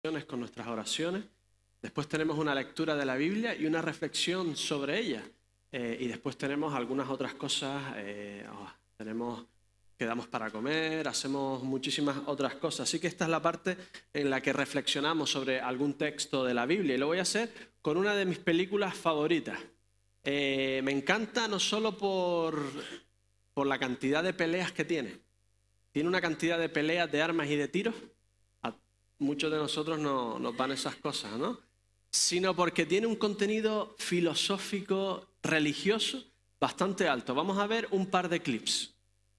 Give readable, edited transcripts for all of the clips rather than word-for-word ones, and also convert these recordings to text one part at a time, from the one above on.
con nuestras oraciones. Después tenemos una lectura de la Biblia y una reflexión sobre ella. Y después tenemos algunas otras cosas. Quedamos para comer, hacemos muchísimas otras cosas. Así que esta es la parte en la que reflexionamos sobre algún texto de la Biblia. Y lo voy a hacer con una de mis películas favoritas. Me encanta no solo por la cantidad de peleas que tiene. Tiene una cantidad de peleas de armas y de tiros. A muchos de nosotros nos van esas cosas, ¿no? Sino porque tiene un contenido filosófico, religioso, bastante alto. Vamos a ver un par de clips.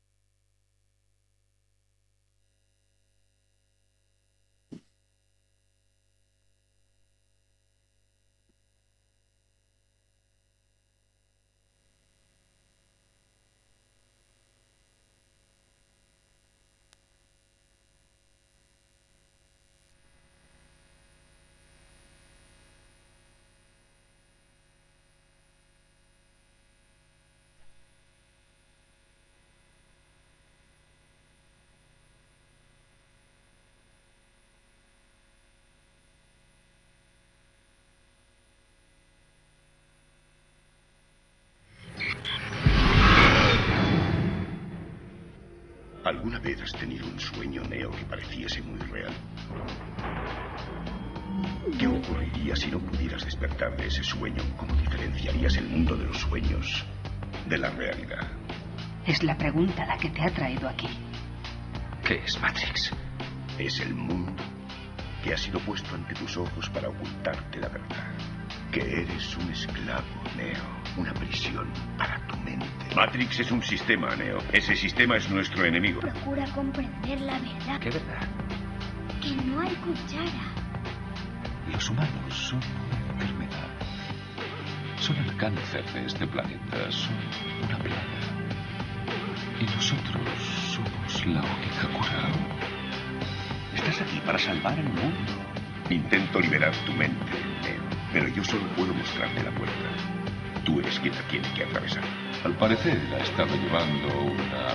¿Alguna vez has tenido un sueño, Neo, que pareciese muy real? ¿Qué ocurriría si no pudieras despertar de ese sueño? ¿Cómo diferenciarías el mundo de los sueños de la realidad? Es la pregunta la que te ha traído aquí. ¿Qué es Matrix? Es el mundo que ha sido puesto ante tus ojos para ocultarte la verdad. Que eres un esclavo, Neo. Una prisión para tu mente. Matrix es un sistema, Neo. Ese sistema es nuestro enemigo. Procura comprender la verdad. ¿Qué verdad? Que no hay cuchara. Los humanos son una enfermedad. Son el cáncer de este planeta. Son una plaga. Y nosotros somos la única cura. Estás aquí para salvar el mundo. Intento liberar tu mente, Neo. Pero yo solo puedo mostrarte la puerta. Tú eres quien la tiene que atravesar. Al parecer ha estado llevando una...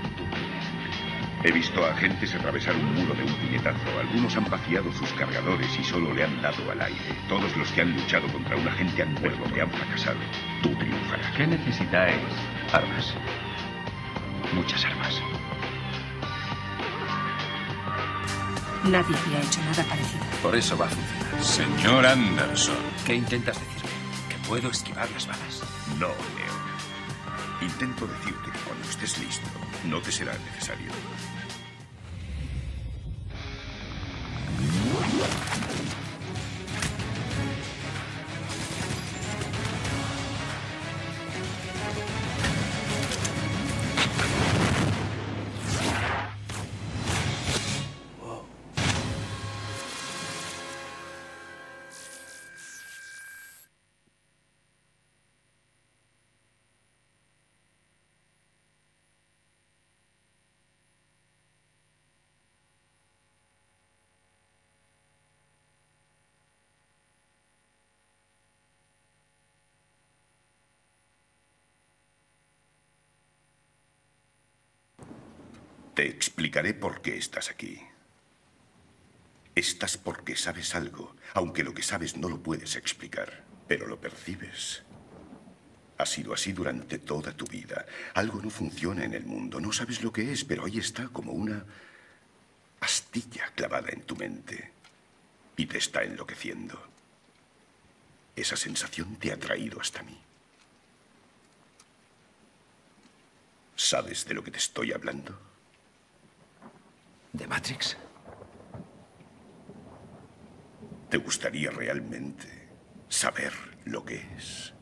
He visto a agentes atravesar un muro de un puñetazo. Algunos han vaciado sus cargadores y solo le han dado al aire. Todos los que han luchado contra un agente han muerto, que han fracasado. Tú triunfarás. ¿Qué necesitáis? Armas. Muchas armas. Nadie había hecho nada parecido. Por eso va a funcionar. Señor Anderson. ¿Qué intentas decirme? ¿Que puedo esquivar las balas? No, Neo. Intento decirte que cuando estés listo, no te será necesario. Te explicaré por qué estás aquí. Estás porque sabes algo, aunque lo que sabes no lo puedes explicar, pero lo percibes. Ha sido así durante toda tu vida. Algo no funciona en el mundo, no sabes lo que es, pero ahí está como una astilla clavada en tu mente y te está enloqueciendo. Esa sensación te ha traído hasta mí. ¿Sabes de lo que te estoy hablando? ¿De Matrix? ¿Te gustaría realmente saber lo que es?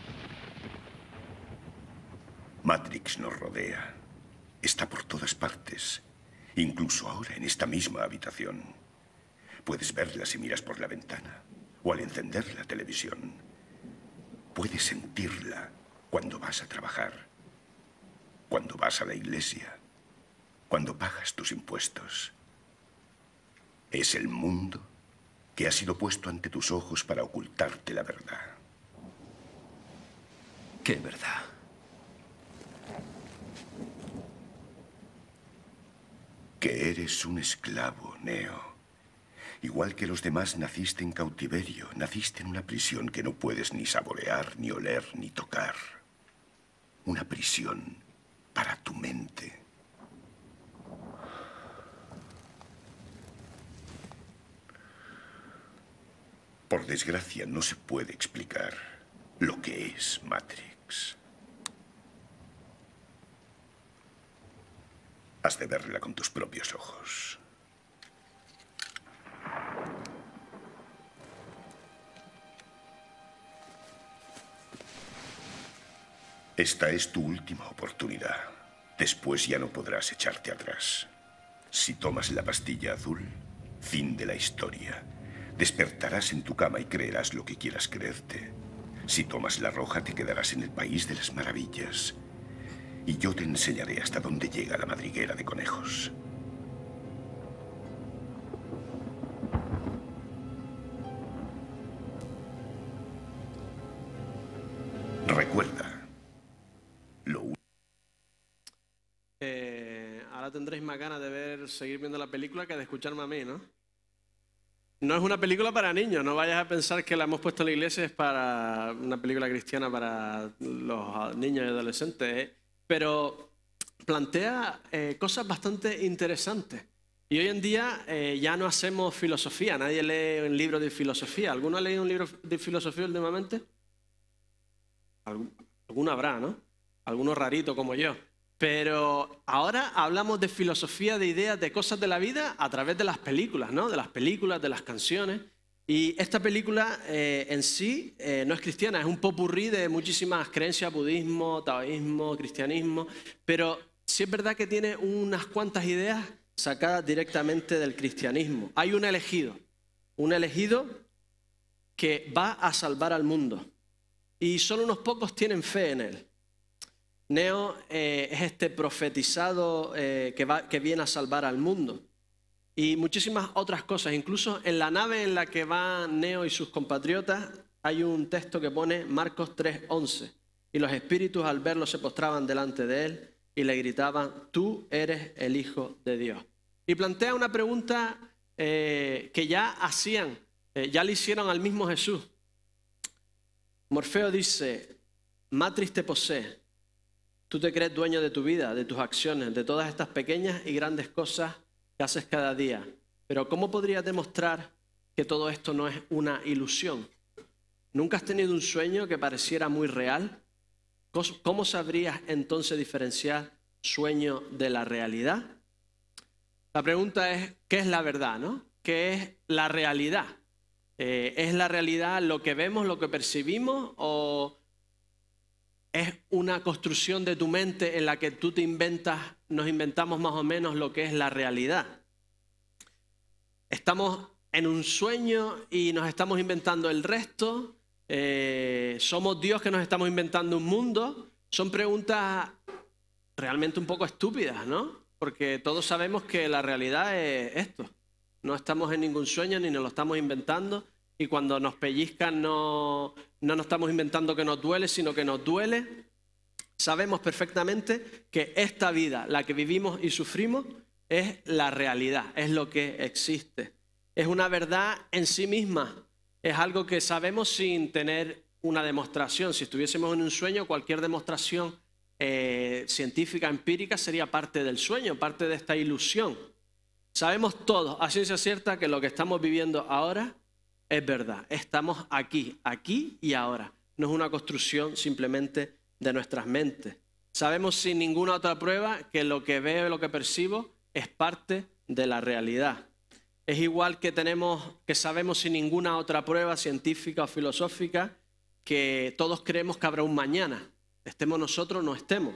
Matrix nos rodea. Está por todas partes. Incluso ahora, en esta misma habitación. Puedes verla si miras por la ventana o al encender la televisión. Puedes sentirla cuando vas a trabajar, cuando vas a la iglesia, cuando pagas tus impuestos. Es el mundo que ha sido puesto ante tus ojos para ocultarte la verdad. ¿Qué verdad? Que eres un esclavo, Neo. Igual que los demás, naciste en cautiverio, naciste en una prisión que no puedes ni saborear, ni oler, ni tocar. Una prisión para tu mente. Por desgracia, no se puede explicar lo que es Matrix. Has de verla con tus propios ojos. Esta es tu última oportunidad. Después ya no podrás echarte atrás. Si tomas la pastilla azul, fin de la historia. Despertarás en tu cama y creerás lo que quieras creerte. Si tomas la roja, te quedarás en el país de las maravillas. Y yo te enseñaré hasta dónde llega la madriguera de conejos. Recuerda, ahora tendréis más ganas de seguir viendo la película que de escucharme a mí, ¿no? No es una película para niños, no vayas a pensar que la hemos puesto en la iglesia es para una película cristiana para los niños y adolescentes, pero plantea cosas bastante interesantes. Y hoy en día ya no hacemos filosofía, nadie lee un libro de filosofía. ¿Alguno ha leído un libro de filosofía últimamente? Alguno habrá, ¿no? Alguno rarito como yo. Pero ahora hablamos de filosofía, de ideas, de cosas de la vida a través de las películas, ¿no? De las películas, de las canciones. Y esta película en sí no es cristiana, es un popurrí de muchísimas creencias, budismo, taoísmo, cristianismo, pero sí es verdad que tiene unas cuantas ideas sacadas directamente del cristianismo. Hay un elegido que va a salvar al mundo y solo unos pocos tienen fe en él. Neo es este profetizado que viene a salvar al mundo. Y muchísimas otras cosas. Incluso en la nave en la que van Neo y sus compatriotas hay un texto que pone Marcos 3:11. Y los espíritus al verlo se postraban delante de él y le gritaban, tú eres el Hijo de Dios. Y plantea una pregunta que ya le hicieron al mismo Jesús. Morfeo dice, Matrix te posee. Tú te crees dueño de tu vida, de tus acciones, de todas estas pequeñas y grandes cosas que haces cada día. Pero ¿cómo podrías demostrar que todo esto no es una ilusión? ¿Nunca has tenido un sueño que pareciera muy real? ¿Cómo sabrías entonces diferenciar sueño de la realidad? La pregunta es, ¿qué es la verdad, no? ¿Qué es la realidad? ¿Es la realidad lo que vemos, lo que percibimos o es una construcción de tu mente en la que tú nos inventamos más o menos lo que es la realidad? ¿Estamos en un sueño y nos estamos inventando el resto? ¿Somos Dios que nos estamos inventando un mundo? Son preguntas realmente un poco estúpidas, ¿no? Porque todos sabemos que la realidad es esto. No estamos en ningún sueño ni nos lo estamos inventando. Y cuando nos pellizcan no nos estamos inventando que nos duele, sino que nos duele. Sabemos perfectamente que esta vida, la que vivimos y sufrimos, es la realidad, es lo que existe. Es una verdad en sí misma. Es algo que sabemos sin tener una demostración. Si estuviésemos en un sueño, cualquier demostración científica, empírica, sería parte del sueño, parte de esta ilusión. Sabemos todos, a ciencia cierta, que lo que estamos viviendo ahora es verdad. Estamos aquí y ahora. No es una construcción simplemente de nuestras mentes. Sabemos sin ninguna otra prueba que lo que veo y lo que percibo es parte de la realidad. Es igual que sabemos sin ninguna otra prueba científica o filosófica que todos creemos que habrá un mañana. Estemos nosotros o no estemos.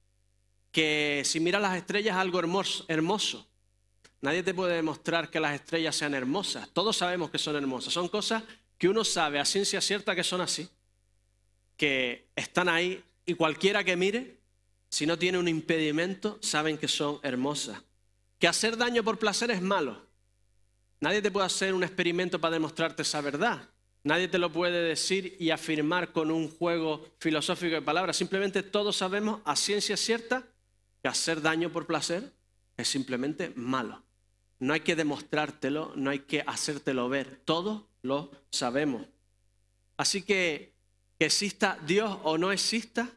Que si miras las estrellas es algo hermoso. Nadie te puede demostrar que las estrellas sean hermosas. Todos sabemos que son hermosas. Son cosas que uno sabe a ciencia cierta que son así. Que están ahí y cualquiera que mire, si no tiene un impedimento, saben que son hermosas. Que hacer daño por placer es malo. Nadie te puede hacer un experimento para demostrarte esa verdad. Nadie te lo puede decir y afirmar con un juego filosófico de palabras. Simplemente todos sabemos a ciencia cierta que hacer daño por placer es simplemente malo. no hay que demostrártelo, no hay que hacértelo ver, todos lo sabemos. Así que exista Dios o no exista,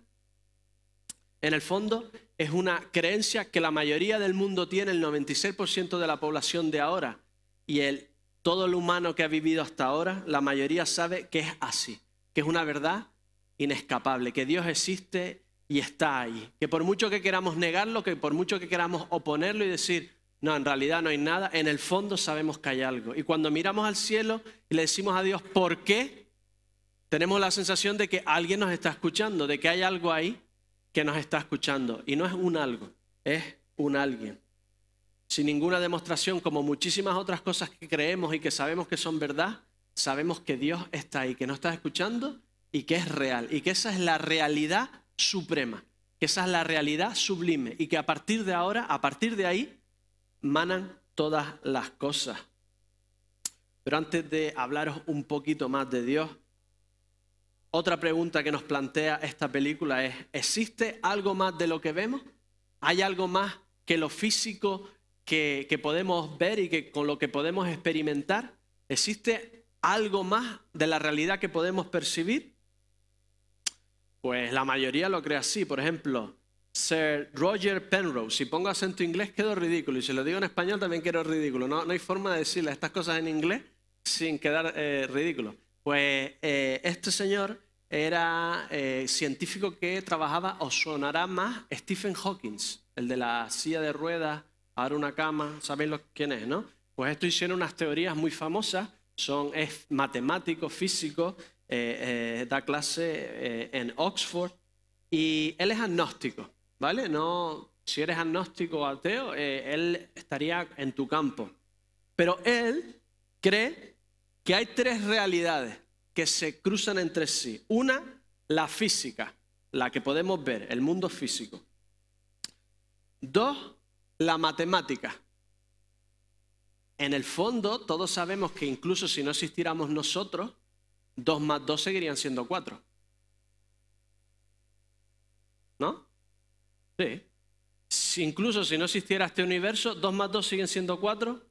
en el fondo es una creencia que la mayoría del mundo tiene, el 96% de la población de ahora, y todo el humano que ha vivido hasta ahora, la mayoría sabe que es así, que es una verdad inescapable, que Dios existe y está ahí, que por mucho que queramos negarlo, que por mucho que queramos oponerlo y decir, no, en realidad no hay nada, en el fondo sabemos que hay algo. Y cuando miramos al cielo y le decimos a Dios, ¿por qué? Tenemos la sensación de que alguien nos está escuchando, de que hay algo ahí que nos está escuchando. Y no es un algo, es un alguien. Sin ninguna demostración, como muchísimas otras cosas que creemos y que sabemos que son verdad, sabemos que Dios está ahí, que nos está escuchando y que es real. Y que esa es la realidad suprema, que esa es la realidad sublime. Y que a partir de ahora, a partir de ahí, manan todas las cosas. Pero antes de hablaros un poquito más de Dios, otra pregunta que nos plantea esta película es, ¿existe algo más de lo que vemos? ¿Hay algo más que lo físico que podemos ver y que con lo que podemos experimentar? ¿Existe algo más de la realidad que podemos percibir? Pues la mayoría lo cree así. Por ejemplo, Sir Roger Penrose. Si pongo acento inglés quedo ridículo y si lo digo en español también quedo ridículo. No hay forma de decirle estas cosas en inglés sin quedar ridículo. Pues este señor era científico que trabajaba, os sonará más, Stephen Hawking, el de la silla de ruedas, ahora una cama, ¿sabéis quién es, no? Pues esto hicieron unas teorías muy famosas, es matemático, físico, da clase en Oxford y él es agnóstico, ¿vale? No, si eres agnóstico o ateo, él estaría en tu campo. Pero él cree que hay tres realidades que se cruzan entre sí. Una, la física, la que podemos ver, el mundo físico. Dos, la matemática. En el fondo, todos sabemos que incluso si no existiéramos nosotros, 2 más 2 seguirían siendo 4. ¿No? Sí. Incluso si no existiera este universo, 2 más 2 siguen siendo 4.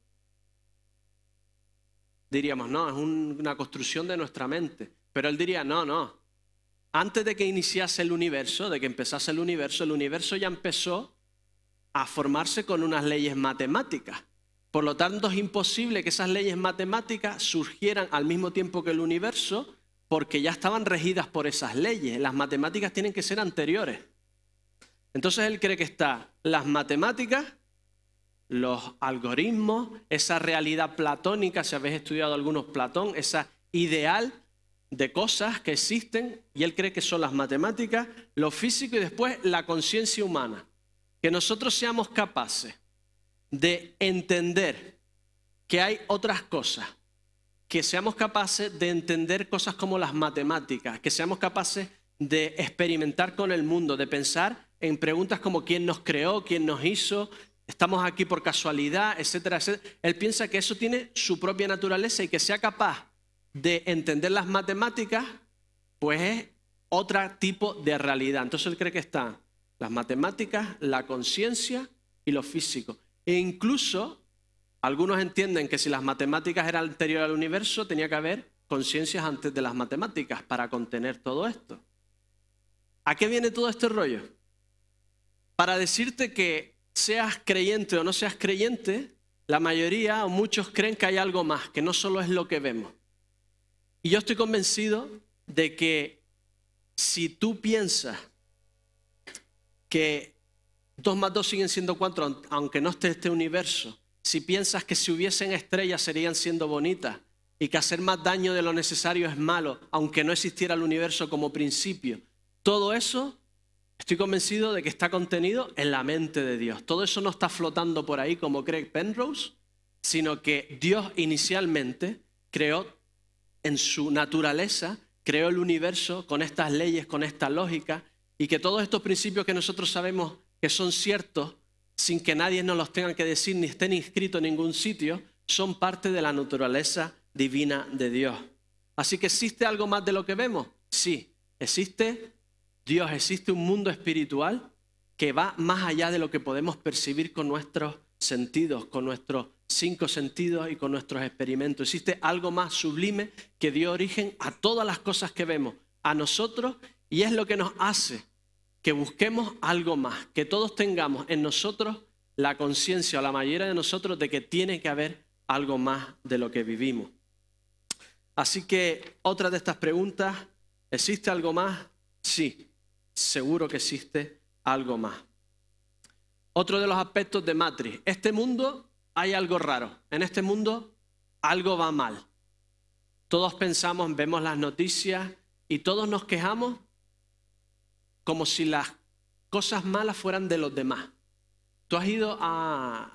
Diríamos, no, es una construcción de nuestra mente. Pero él diría, no. Antes de que iniciase el universo, de que empezase el universo ya empezó a formarse con unas leyes matemáticas. Por lo tanto, es imposible que esas leyes matemáticas surgieran al mismo tiempo que el universo, porque ya estaban regidas por esas leyes. Las matemáticas tienen que ser anteriores. Entonces él cree que están las matemáticas, los algoritmos, esa realidad platónica, si habéis estudiado algunos Platón, esa ideal de cosas que existen, y él cree que son las matemáticas, lo físico y después la conciencia humana. Que nosotros seamos capaces de entender que hay otras cosas, que seamos capaces de entender cosas como las matemáticas, que seamos capaces de experimentar con el mundo, de pensar en preguntas como quién nos creó, quién nos hizo, estamos aquí por casualidad, etcétera, etcétera. Él piensa que eso tiene su propia naturaleza y que sea capaz de entender las matemáticas, pues es otro tipo de realidad. Entonces él cree que están las matemáticas, la conciencia y lo físico. E incluso algunos entienden que si las matemáticas eran anteriores al universo, tenía que haber conciencias antes de las matemáticas para contener todo esto. ¿A qué viene todo este rollo? Para decirte que seas creyente o no seas creyente, la mayoría o muchos creen que hay algo más, que no solo es lo que vemos. Y yo estoy convencido de que si tú piensas que 2 más 2 siguen siendo 4, aunque no esté este universo, si piensas que si hubiesen estrellas serían siendo bonitas y que hacer más daño de lo necesario es malo, aunque no existiera el universo como principio, todo eso estoy convencido de que está contenido en la mente de Dios. Todo eso no está flotando por ahí como cree Penrose, sino que Dios inicialmente creó en su naturaleza, creó el universo con estas leyes, con esta lógica, y que todos estos principios que nosotros sabemos que son ciertos, sin que nadie nos los tenga que decir ni estén inscritos en ningún sitio, son parte de la naturaleza divina de Dios. Así que ¿existe algo más de lo que vemos? Sí, existe Dios, existe un mundo espiritual que va más allá de lo que podemos percibir con nuestros sentidos, con nuestro 5 sentidos y con nuestros experimentos. Existe algo más sublime que dio origen a todas las cosas que vemos, a nosotros, y es lo que nos hace que busquemos algo más, que todos tengamos en nosotros la conciencia, o la mayoría de nosotros, de que tiene que haber algo más de lo que vivimos. Así que otra de estas preguntas, ¿existe algo más? Sí, seguro que existe algo más. Otro de los aspectos de Matrix, este mundo hay algo raro, en este mundo algo va mal. Todos pensamos, vemos las noticias y todos nos quejamos como si las cosas malas fueran de los demás. Tú has ido al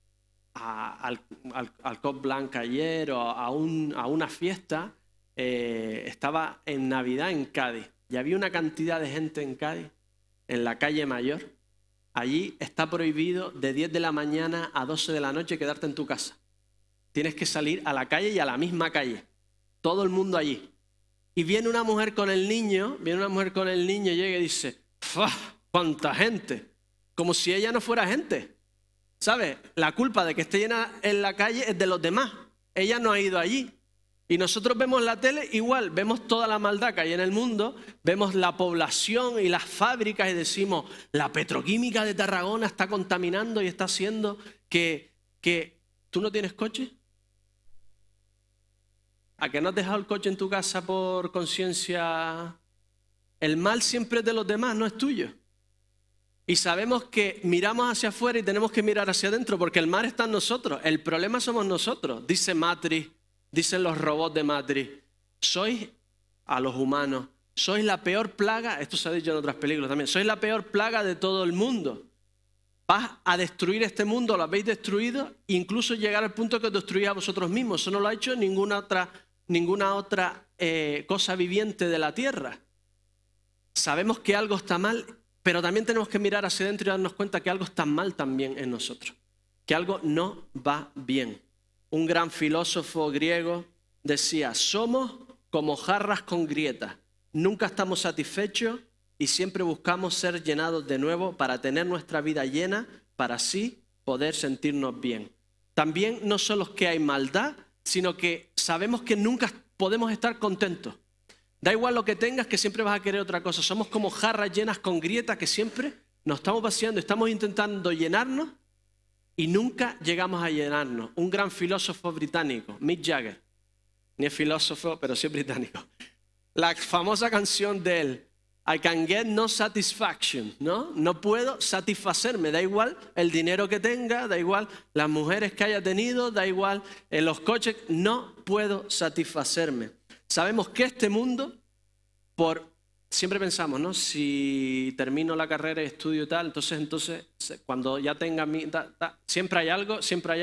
Cop Blanc ayer o a una fiesta, estaba en Navidad en Cádiz y había una cantidad de gente en Cádiz, en la calle Mayor. Allí está prohibido de 10 de la mañana a 12 de la noche quedarte en tu casa. Tienes que salir a la calle y a la misma calle. Todo el mundo allí. Y viene una mujer con el niño, y llega y dice, ¡fua! ¡Cuánta gente! Como si ella no fuera gente. ¿Sabes? La culpa de que esté llena en la calle es de los demás. Ella no ha ido allí. Y nosotros vemos la tele igual, vemos toda la maldad que hay en el mundo, vemos la población y las fábricas y decimos, la petroquímica de Tarragona está contaminando y está haciendo que ¿tú no tienes coche? ¿A que no has dejado el coche en tu casa por conciencia? El mal siempre es de los demás, no es tuyo. Y sabemos que miramos hacia afuera y tenemos que mirar hacia adentro porque el mal está en nosotros. El problema somos nosotros. Dice Matrix, dicen los robots de Matrix, sois a los humanos, sois la peor plaga, esto se ha dicho en otras películas también, sois la peor plaga de todo el mundo. Vas a destruir este mundo, lo habéis destruido, incluso llegar al punto que os destruís a vosotros mismos. Eso no lo ha hecho ninguna otra cosa viviente de la tierra. Sabemos que algo está mal, pero también tenemos que mirar hacia adentro y darnos cuenta que algo está mal también en nosotros, que algo no va bien. Un gran filósofo griego decía, somos como jarras con grietas, nunca estamos satisfechos y siempre buscamos ser llenados de nuevo para tener nuestra vida llena, para así poder sentirnos bien. También no solo es que hay maldad, sino que sabemos que nunca podemos estar contentos. Da igual lo que tengas, que siempre vas a querer otra cosa. Somos como jarras llenas con grietas que siempre nos estamos vaciando, estamos intentando llenarnos y nunca llegamos a llenarnos. Un gran filósofo británico, Mick Jagger, ni es filósofo, pero sí es británico. La famosa canción de él, I can get no satisfaction, ¿no? No puedo satisfacerme, da igual el dinero que tenga, da igual las mujeres que haya tenido, da igual los coches, no puedo satisfacerme. Sabemos que este mundo, siempre pensamos, ¿no? Si termino la carrera y estudio tal, entonces cuando ya tenga siempre hay algo,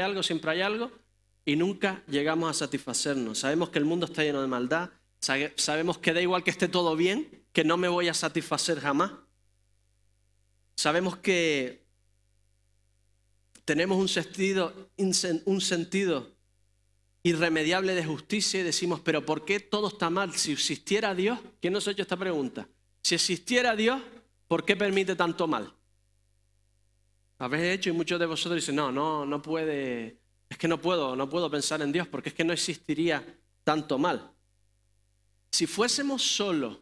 y nunca llegamos a satisfacernos. Sabemos que el mundo está lleno de maldad, sabemos que da igual que esté todo bien, que no me voy a satisfacer jamás. Sabemos que tenemos un sentido irremediable de justicia y decimos, pero ¿por qué todo está mal? Si existiera Dios, ¿quién nos ha hecho esta pregunta? Si existiera Dios, ¿por qué permite tanto mal? Habéis hecho y muchos de vosotros dicen, no puede, es que no puedo pensar en Dios porque es que no existiría tanto mal. Si fuésemos solo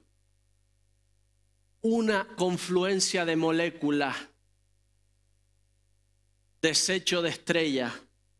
una confluencia de moléculas, desecho de estrellas,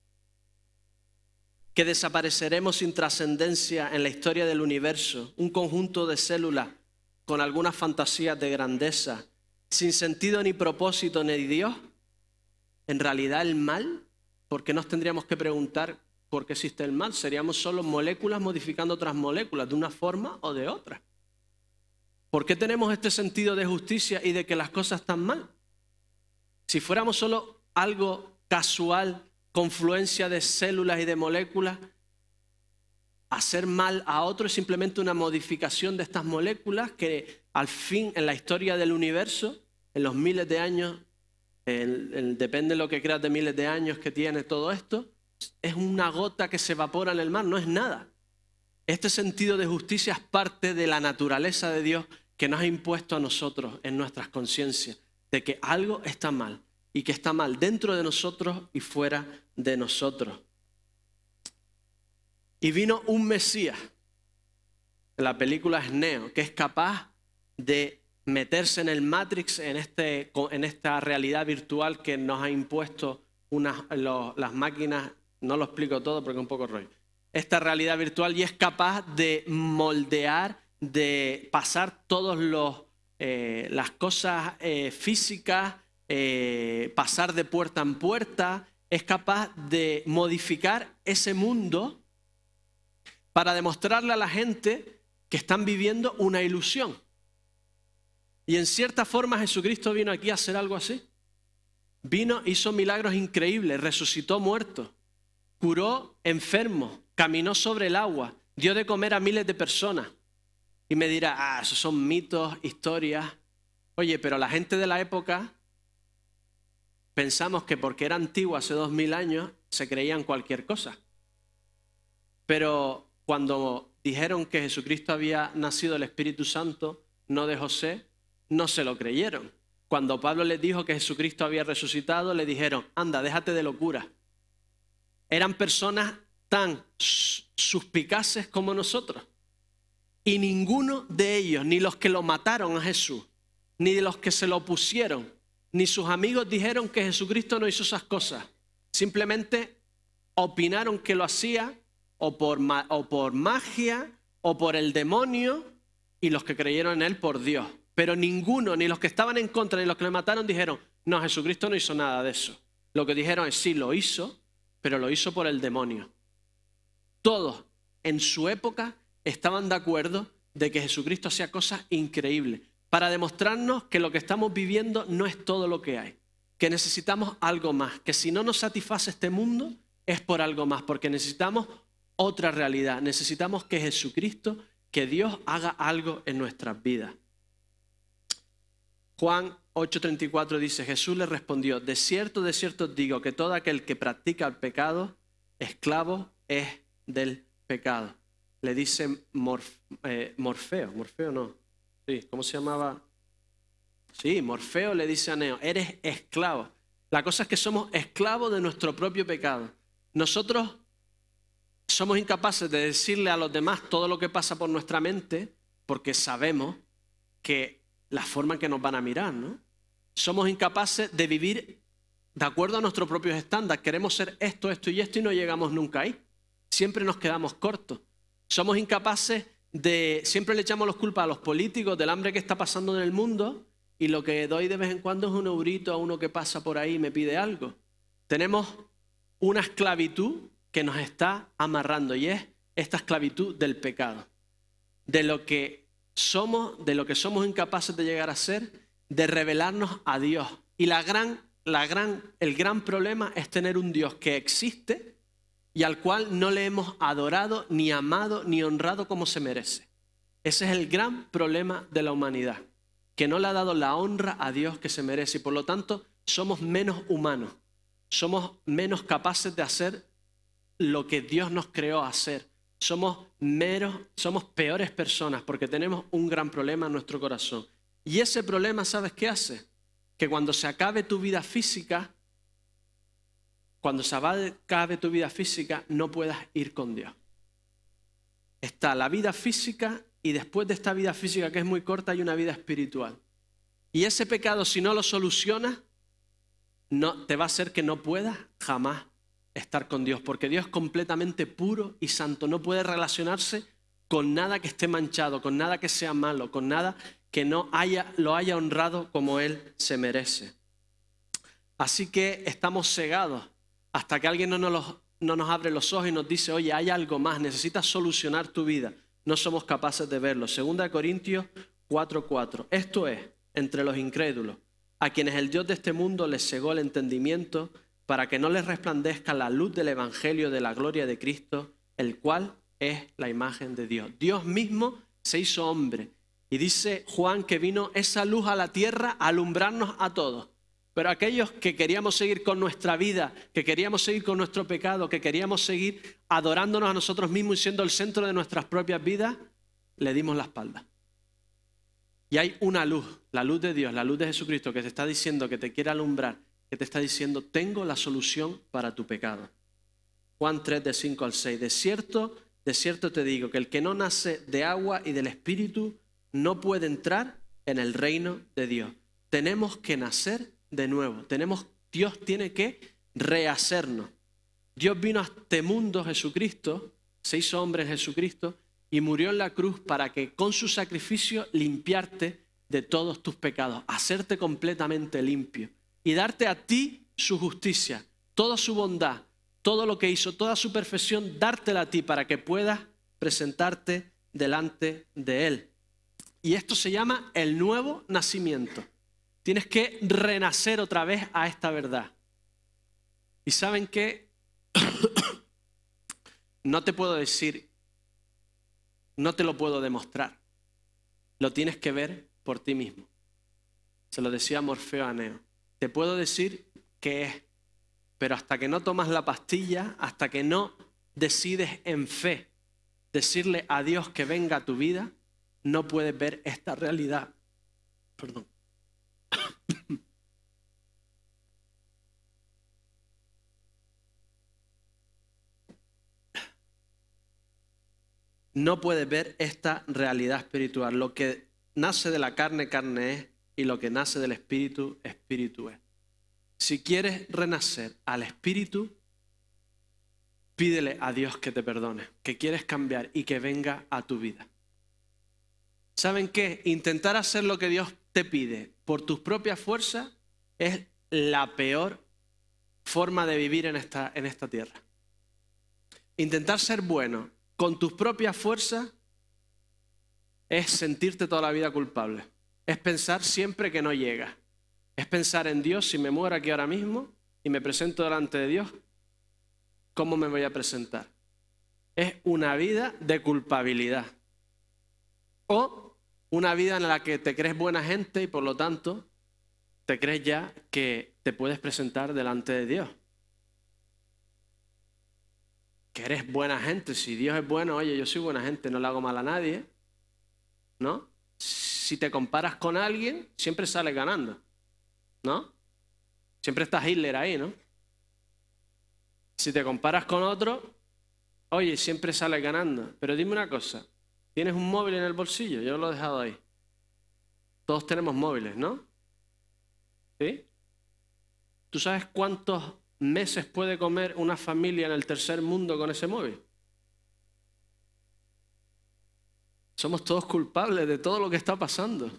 que desapareceremos sin trascendencia en la historia del universo, un conjunto de células con algunas fantasías de grandeza, sin sentido ni propósito ni Dios, en realidad el mal, ¿por qué nos tendríamos que preguntar por qué existe el mal? Seríamos solo moléculas modificando otras moléculas de una forma o de otra. ¿Por qué tenemos este sentido de justicia y de que las cosas están mal? Si fuéramos solo algo casual, confluencia de células y de moléculas, hacer mal a otro es simplemente una modificación de estas moléculas que al fin en la historia del universo, en los miles de años, depende de lo que creas de miles de años que tiene todo esto, es una gota que se evapora en el mar, no es nada. Este sentido de justicia es parte de la naturaleza de Dios que nos ha impuesto a nosotros en nuestras conciencias, de que algo está mal, y qué está mal dentro de nosotros y fuera de nosotros. Y vino un Mesías, en la película es Neo, que es capaz de meterse en el Matrix, en esta realidad virtual que nos ha impuesto las máquinas. No lo explico todo porque es un poco rollo. Esta realidad virtual, y es capaz de moldear, de pasar todas las cosas físicas, pasar de puerta en puerta, es capaz de modificar ese mundo para demostrarle a la gente que están viviendo una ilusión. Y en cierta forma Jesucristo vino aquí a hacer algo así. Vino, hizo milagros increíbles, resucitó muertos, curó enfermos, caminó sobre el agua, dio de comer a miles de personas. Y me dirá, esos son mitos, historias. Oye, pero la gente de la época, pensamos que porque era antiguo hace 2000 años, se creían cualquier cosa. Pero cuando dijeron que Jesucristo había nacido del Espíritu Santo, no de José, no se lo creyeron. Cuando Pablo les dijo que Jesucristo había resucitado, le dijeron, anda, déjate de locura. Eran personas tan suspicaces como nosotros. Y ninguno de ellos, ni los que lo mataron a Jesús, ni de los que se lo opusieron, ni sus amigos dijeron que Jesucristo no hizo esas cosas. Simplemente opinaron que lo hacía o por magia o por el demonio, y los que creyeron en él por Dios. Pero ninguno, ni los que estaban en contra, ni los que le mataron, dijeron, no, Jesucristo no hizo nada de eso. Lo que dijeron es, sí, lo hizo, pero lo hizo por el demonio. Todos en su época estaban de acuerdo de que Jesucristo hacía cosas increíbles para demostrarnos que lo que estamos viviendo no es todo lo que hay, que necesitamos algo más, que si no nos satisface este mundo es por algo más, porque necesitamos otra realidad, necesitamos que Jesucristo, que Dios haga algo en nuestras vidas. Juan 8:34 dice, Jesús le respondió, de cierto os digo que todo aquel que practica el pecado, esclavo es del pecado. Le dice Morfeo no, sí, ¿cómo se llamaba? Sí, Morfeo le dice a Neo, eres esclavo. La cosa es que somos esclavos de nuestro propio pecado. Nosotros somos incapaces de decirle a los demás todo lo que pasa por nuestra mente porque sabemos que la forma en que nos van a mirar, ¿no? Somos incapaces de vivir de acuerdo a nuestros propios estándares. Queremos ser esto y no llegamos nunca ahí. Siempre nos quedamos cortos. Somos incapaces siempre le echamos las culpas a los políticos del hambre que está pasando en el mundo, y lo que doy de vez en cuando es un eurito a uno que pasa por ahí y me pide algo. Tenemos una esclavitud que nos está amarrando, y es esta esclavitud del pecado. De lo que somos incapaces de llegar a ser, de revelarnos a Dios. Y el gran problema es tener un Dios que existe y al cual no le hemos adorado, ni amado, ni honrado como se merece. Ese es el gran problema de la humanidad, que no le ha dado la honra a Dios que se merece, y por lo tanto somos menos humanos, somos menos capaces de hacer lo que Dios nos creó a hacer. Somos peores personas porque tenemos un gran problema en nuestro corazón. Y ese problema, ¿sabes qué hace? Que cuando se acabe tu vida física, no puedas ir con Dios. Está la vida física y después de esta vida física, que es muy corta, hay una vida espiritual. Y ese pecado, si no lo solucionas, te va a hacer que no puedas jamás estar con Dios, porque Dios es completamente puro y santo. No puede relacionarse con nada que esté manchado, con nada que sea malo, con nada que lo haya honrado como Él se merece. Así que estamos cegados hasta que alguien no nos abre los ojos y nos dice, oye, hay algo más, necesitas solucionar tu vida. No somos capaces de verlo. 2 Corintios 4:4. Esto es, entre los incrédulos, a quienes el Dios de este mundo les cegó el entendimiento, para que no les resplandezca la luz del evangelio de la gloria de Cristo, el cual es la imagen de Dios. Dios mismo se hizo hombre. Y dice Juan que vino esa luz a la tierra a alumbrarnos a todos. Pero aquellos que queríamos seguir con nuestra vida, que queríamos seguir con nuestro pecado, que queríamos seguir adorándonos a nosotros mismos y siendo el centro de nuestras propias vidas, le dimos la espalda. Y hay una luz, la luz de Dios, la luz de Jesucristo, que te está diciendo que te quiere alumbrar, que te está diciendo, tengo la solución para tu pecado. Juan 3, de 5 al 6. De cierto te digo que el que no nace de agua y del Espíritu no puede entrar en el reino de Dios. Tenemos que nacer de nuevo. Dios tiene que rehacernos. Dios vino a este mundo, Jesucristo, se hizo hombre en Jesucristo y murió en la cruz para que con su sacrificio limpiarte de todos tus pecados, hacerte completamente limpio y darte a ti su justicia, toda su bondad, todo lo que hizo, toda su perfección, dártela a ti para que puedas presentarte delante de Él. Y esto se llama el nuevo nacimiento. Tienes que renacer otra vez a esta verdad. ¿Y saben qué? No te puedo decir, no te lo puedo demostrar. Lo tienes que ver por ti mismo. Se lo decía Morfeo a Neo. Te puedo decir qué es, pero hasta que no tomas la pastilla, hasta que no decides en fe decirle a Dios que venga a tu vida, no puedes ver esta realidad. Perdón. No puedes ver esta realidad espiritual. Lo que nace de la carne, carne es, y lo que nace del espíritu, espíritu es. Si quieres renacer al espíritu, pídele a Dios que te perdone, que quieres cambiar y que venga a tu vida. ¿Saben qué? Intentar hacer lo que Dios te pide por tus propias fuerzas es la peor forma de vivir en esta tierra. Intentar ser bueno con tus propias fuerzas es sentirte toda la vida culpable. Es pensar siempre que no llegas. Es pensar en Dios, si me muero aquí ahora mismo y me presento delante de Dios, ¿cómo me voy a presentar? Es una vida de culpabilidad. O una vida en la que te crees buena gente y por lo tanto te crees ya que te puedes presentar delante de Dios. Que eres buena gente. Si Dios es bueno, oye, yo soy buena gente, no le hago mal a nadie, ¿no? Si te comparas con alguien, siempre sales ganando, ¿no? Siempre está Hitler ahí, ¿no? Si te comparas con otro, oye, siempre sales ganando. Pero dime una cosa, ¿tienes un móvil en el bolsillo? Yo lo he dejado ahí. Todos tenemos móviles, ¿no? ¿Sí? ¿Tú sabes cuántos meses puede comer una familia en el tercer mundo con ese móvil? Somos todos culpables de todo lo que está pasando.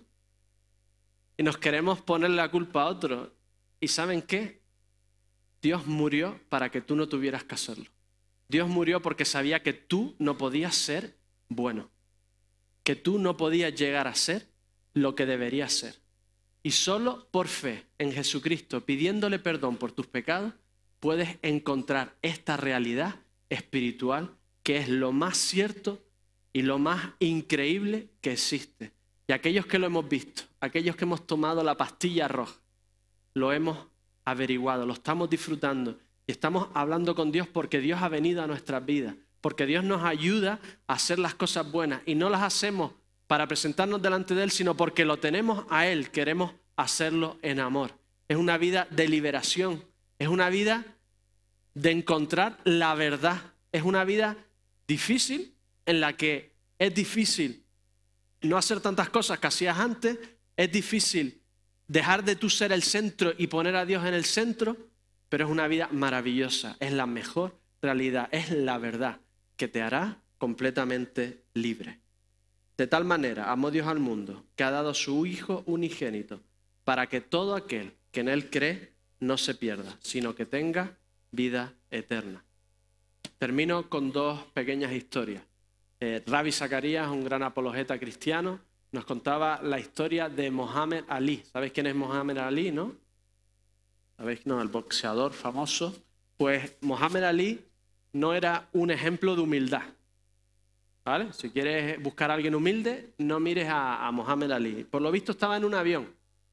Y nos queremos poner la culpa a otro. ¿Y saben qué? Dios murió para que tú no tuvieras que hacerlo. Dios murió porque sabía que tú no podías ser bueno. Que tú no podías llegar a ser lo que deberías ser. Y solo por fe en Jesucristo, pidiéndole perdón por tus pecados, puedes encontrar esta realidad espiritual que es lo más cierto y lo más increíble que existe. Y aquellos que lo hemos visto, aquellos que hemos tomado la pastilla roja, lo hemos averiguado, lo estamos disfrutando y estamos hablando con Dios porque Dios ha venido a nuestras vidas, porque Dios nos ayuda a hacer las cosas buenas y no las hacemos para presentarnos delante de Él, sino porque lo tenemos a Él, queremos hacerlo en amor. Es una vida de liberación, es una vida de encontrar la verdad, es una vida difícil en la que es difícil no hacer tantas cosas que hacías antes, es difícil dejar de tú ser el centro y poner a Dios en el centro, pero es una vida maravillosa, es la mejor realidad, es la verdad que te hará completamente libre. De tal manera amó Dios al mundo que ha dado a su Hijo unigénito para que todo aquel que en Él cree no se pierda, sino que tenga vida eterna. Termino con dos pequeñas historias. Ravi Zacharias, un gran apologeta cristiano, nos contaba la historia de Mohamed Ali. ¿Sabéis quién es Mohamed Ali, no? ¿Sabéis? No, el boxeador famoso. Pues Mohamed Ali no era un ejemplo de humildad. ¿Vale? Si quieres buscar a alguien humilde, no mires a Mohamed Ali. Por lo visto estaba en un avión.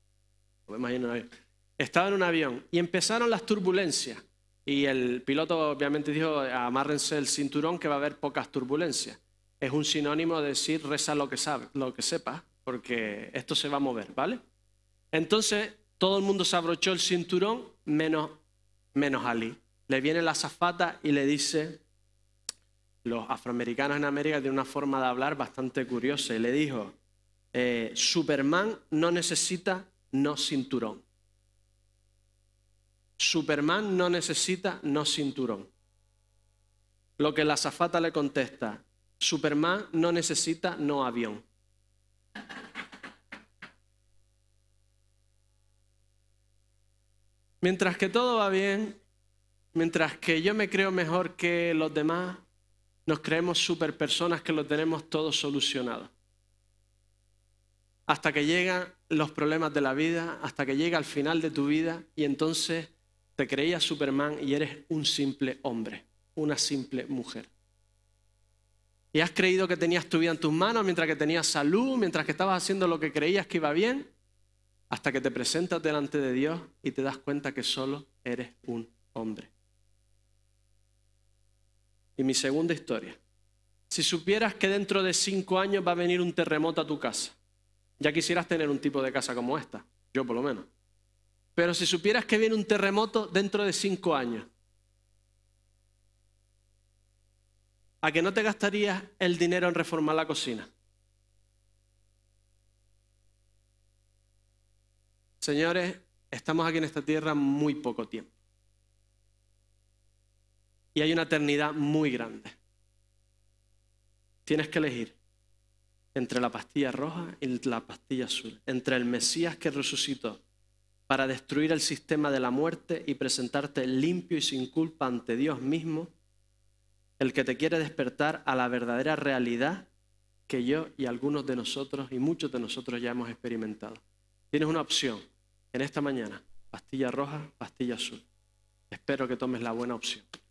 Estaba en un avión y empezaron las turbulencias. Y el piloto obviamente dijo, amárrense el cinturón que va a haber pocas turbulencias. Es un sinónimo de decir, reza lo que sepas, porque esto se va a mover, ¿vale? Entonces Todo el mundo se abrochó el cinturón, menos Ali. Le viene la azafata y le dice, los afroamericanos en América tienen una forma de hablar bastante curiosa, y le dijo, Superman no necesita no cinturón. Superman no necesita no cinturón. Lo que la azafata le contesta, Superman no necesita no avión. Mientras que todo va bien, mientras que yo me creo mejor que los demás, nos creemos superpersonas que lo tenemos todo solucionado. Hasta que llegan los problemas de la vida, hasta que llega al final de tu vida y entonces te creías Superman y eres un simple hombre, una simple mujer. Y has creído que tenías tu vida en tus manos mientras que tenías salud, mientras que estabas haciendo lo que creías que iba bien, hasta que te presentas delante de Dios y te das cuenta que solo eres un hombre. Y mi segunda historia. Si supieras que dentro de 5 años va a venir un terremoto a tu casa, ya quisieras tener un tipo de casa como esta, yo por lo menos. Pero si supieras que viene un terremoto dentro de 5 años, ¿a que no te gastarías el dinero en reformar la cocina? Señores, estamos aquí en esta tierra muy poco tiempo. Y hay una eternidad muy grande. Tienes que elegir entre la pastilla roja y la pastilla azul, entre el Mesías que resucitó para destruir el sistema de la muerte y presentarte limpio y sin culpa ante Dios mismo, el que te quiere despertar a la verdadera realidad que yo y algunos de nosotros y muchos de nosotros ya hemos experimentado. Tienes una opción en esta mañana, pastilla roja, pastilla azul. Espero que tomes la buena opción.